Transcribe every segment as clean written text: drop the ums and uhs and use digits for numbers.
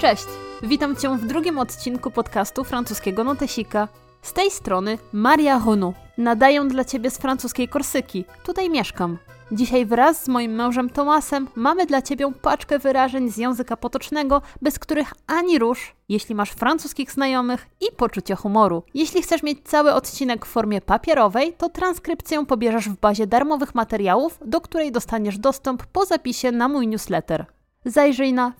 Cześć! Witam Cię w drugim odcinku podcastu francuskiego Notesika. Z tej strony Maria Renaud. Nadaję dla Ciebie z francuskiej Korsyki. Tutaj mieszkam. Dzisiaj wraz z moim mężem Tomasem mamy dla Ciebie paczkę wyrażeń z języka potocznego, bez których ani rusz, jeśli masz francuskich znajomych i poczucie humoru. Jeśli chcesz mieć cały odcinek w formie papierowej, to transkrypcję pobierzesz w bazie darmowych materiałów, do której dostaniesz dostęp po zapisie na mój newsletter. Zajrzyj na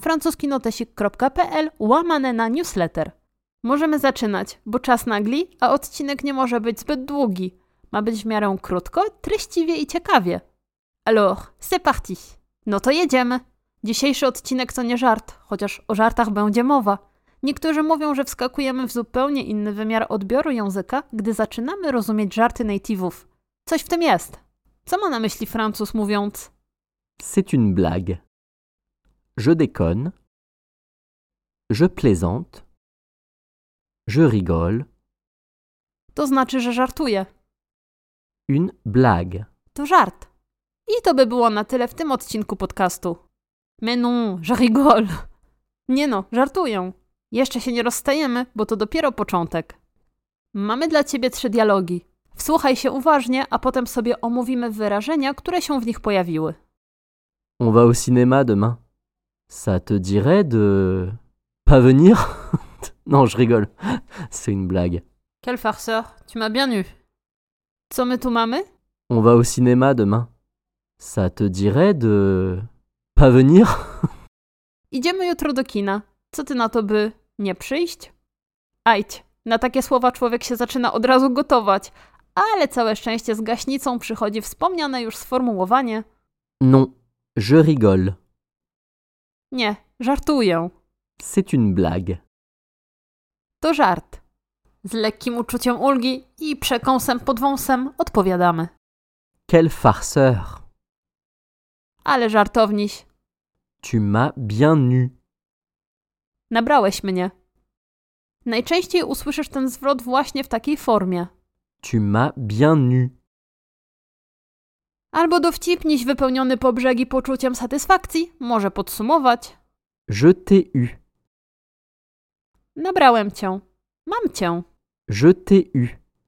francuskinotesik.pl/newsletter. Możemy zaczynać, bo czas nagli, a odcinek nie może być zbyt długi. Ma być w miarę krótko, treściwie i ciekawie. Alors, c'est parti. No to jedziemy. Dzisiejszy odcinek to nie żart, chociaż o żartach będzie mowa. Niektórzy mówią, że wskakujemy w zupełnie inny wymiar odbioru języka, gdy zaczynamy rozumieć żarty native'ów. Coś w tym jest. Co ma na myśli Francuz mówiąc C'est une blague. Je déconne. Je plaisante. Je rigole. To znaczy, że żartuje. Une blague. To żart. I to by było na tyle w tym odcinku podcastu. Mais non, je rigole. Nie no, żartuję. Jeszcze się nie rozstajemy, bo to dopiero początek. Mamy dla Ciebie 3 dialogi. Wsłuchaj się uważnie, a potem sobie omówimy wyrażenia, które się w nich pojawiły. On va au cinéma demain. Ça te dirait de... pas venir? Non, je rigole. C'est une blague. Quelle farceur, tu m'as bien eu. Co my tu mamy? On va au cinéma demain. Ça te dirait de... pas venir? Idziemy jutro do kina. Co ty na to, by nie przyjść? Ajdź, na takie słowa człowiek się zaczyna od razu gotować, ale całe szczęście z gaśnicą przychodzi wspomniane już sformułowanie Non, je rigole. nie, żartuję. C'est une blague. To żart. Z lekkim uczuciem ulgi i przekąsem pod wąsem odpowiadamy. Quel farceur. Ale żartowniś. Tu m'as bien eu. Nabrałeś mnie. Najczęściej usłyszysz ten zwrot właśnie w takiej formie. Tu m'as bien eu. Albo dowcipniś wypełniony po brzegi poczuciem satysfakcji może podsumować. Je t'ai eu. Nabrałem cię. Mam cię. Je t'ai eu.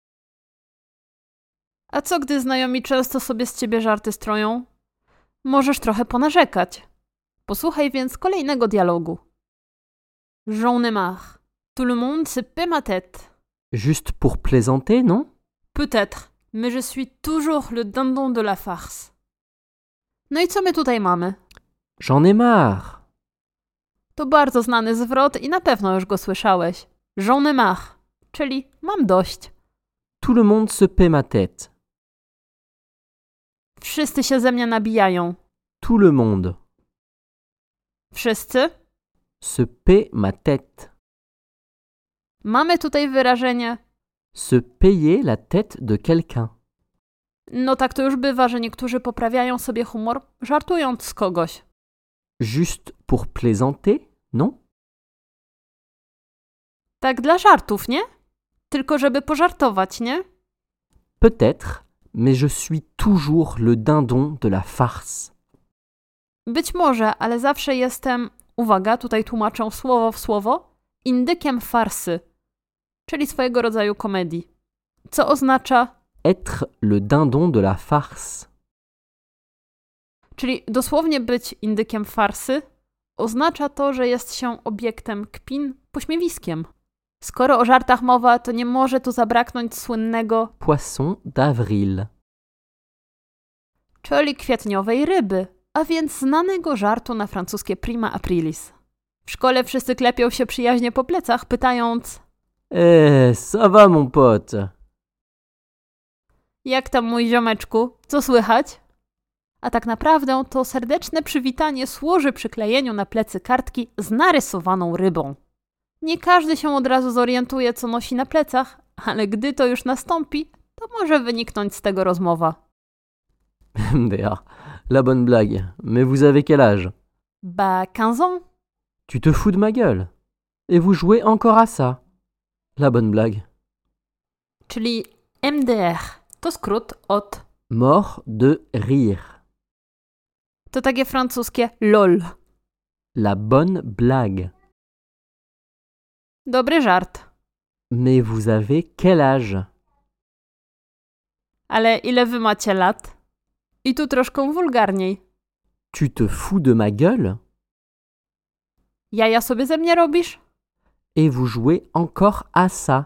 A co gdy znajomi często sobie z ciebie żarty stroją? Możesz trochę ponarzekać. Posłuchaj więc kolejnego dialogu. J'en ai marre. Tout le monde se paie ma tête. Juste pour plaisanter, non? Peut-être, mais je suis toujours le dindon de la farce. No i co my tutaj mamy? J'en ai marre. To bardzo znany zwrot i na pewno już go słyszałeś. J'en ai marre, czyli mam dość. Tout le monde se paie ma tête. Wszyscy się ze mnie nabijają. Tout le monde Wszyscy? se paie ma tête. Mamy tutaj wyrażenie Se payer la tête de quelqu'un. no tak to już bywa, że niektórzy poprawiają sobie humor, żartując z kogoś. Juste pour plaisanter, non? Tak dla żartów, nie? Tylko żeby pożartować, nie? Peut-être, mais je suis toujours le dindon de la farce. Być może, ale zawsze jestem, uwaga, tutaj tłumaczę słowo w słowo, indykiem farsy, czyli swojego rodzaju komedii. Co oznacza, Être le dindon de la farce. czyli dosłownie być indykiem farsy, oznacza to, że jest się obiektem kpin, pośmiewiskiem. Skoro o żartach mowa, to nie może tu zabraknąć słynnego, Poisson d'avril. czyli kwietniowej ryby, a więc znanego żartu na francuskie prima aprilis. W szkole wszyscy klepią się przyjaźnie po plecach, pytając Ça va mon pote? jak tam mój ziomeczku, co słychać? A tak naprawdę to serdeczne przywitanie służy przyklejeniu na plecy kartki z narysowaną rybą. Nie każdy się od razu zorientuje, co nosi na plecach, ale gdy to już nastąpi, to może wyniknąć z tego rozmowa. MDR, la bonne blague. Mais vous avez quel âge? Bah, 15 ans. Tu te fous de ma gueule. Et vous jouez encore à ça. La bonne blague. Czyli MDR. To skrót od... Mort de rire. To takie francuskie LOL. La bonne blague. Dobry żart. Mais vous avez quel âge? Ale ile wy macie lat? I tu troszkę wulgarniej. Tu te fous de ma gueule? Jaja sobie ze mnie robisz? Et vous jouez encore à ça?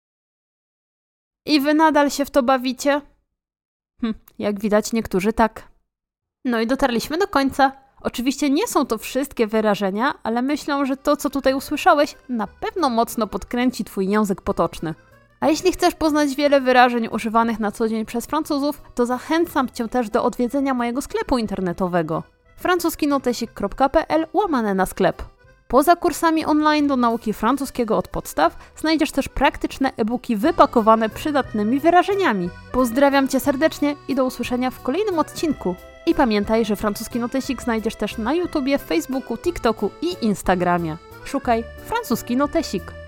I wy nadal się w to bawicie? Jak widać, niektórzy tak. No i dotarliśmy do końca. Oczywiście nie są to wszystkie wyrażenia, ale myślę, że to, co tutaj usłyszałeś, na pewno mocno podkręci twój język potoczny. A jeśli chcesz poznać wiele wyrażeń używanych na co dzień przez Francuzów, to zachęcam cię też do odwiedzenia mojego sklepu internetowego francuskinotesik.pl/sklep. Poza kursami online do nauki francuskiego od podstaw, znajdziesz też praktyczne e-booki wypakowane przydatnymi wyrażeniami. Pozdrawiam cię serdecznie i do usłyszenia w kolejnym odcinku. I pamiętaj, że francuski notesik znajdziesz też na YouTubie, Facebooku, TikToku i Instagramie. Szukaj francuski notesik.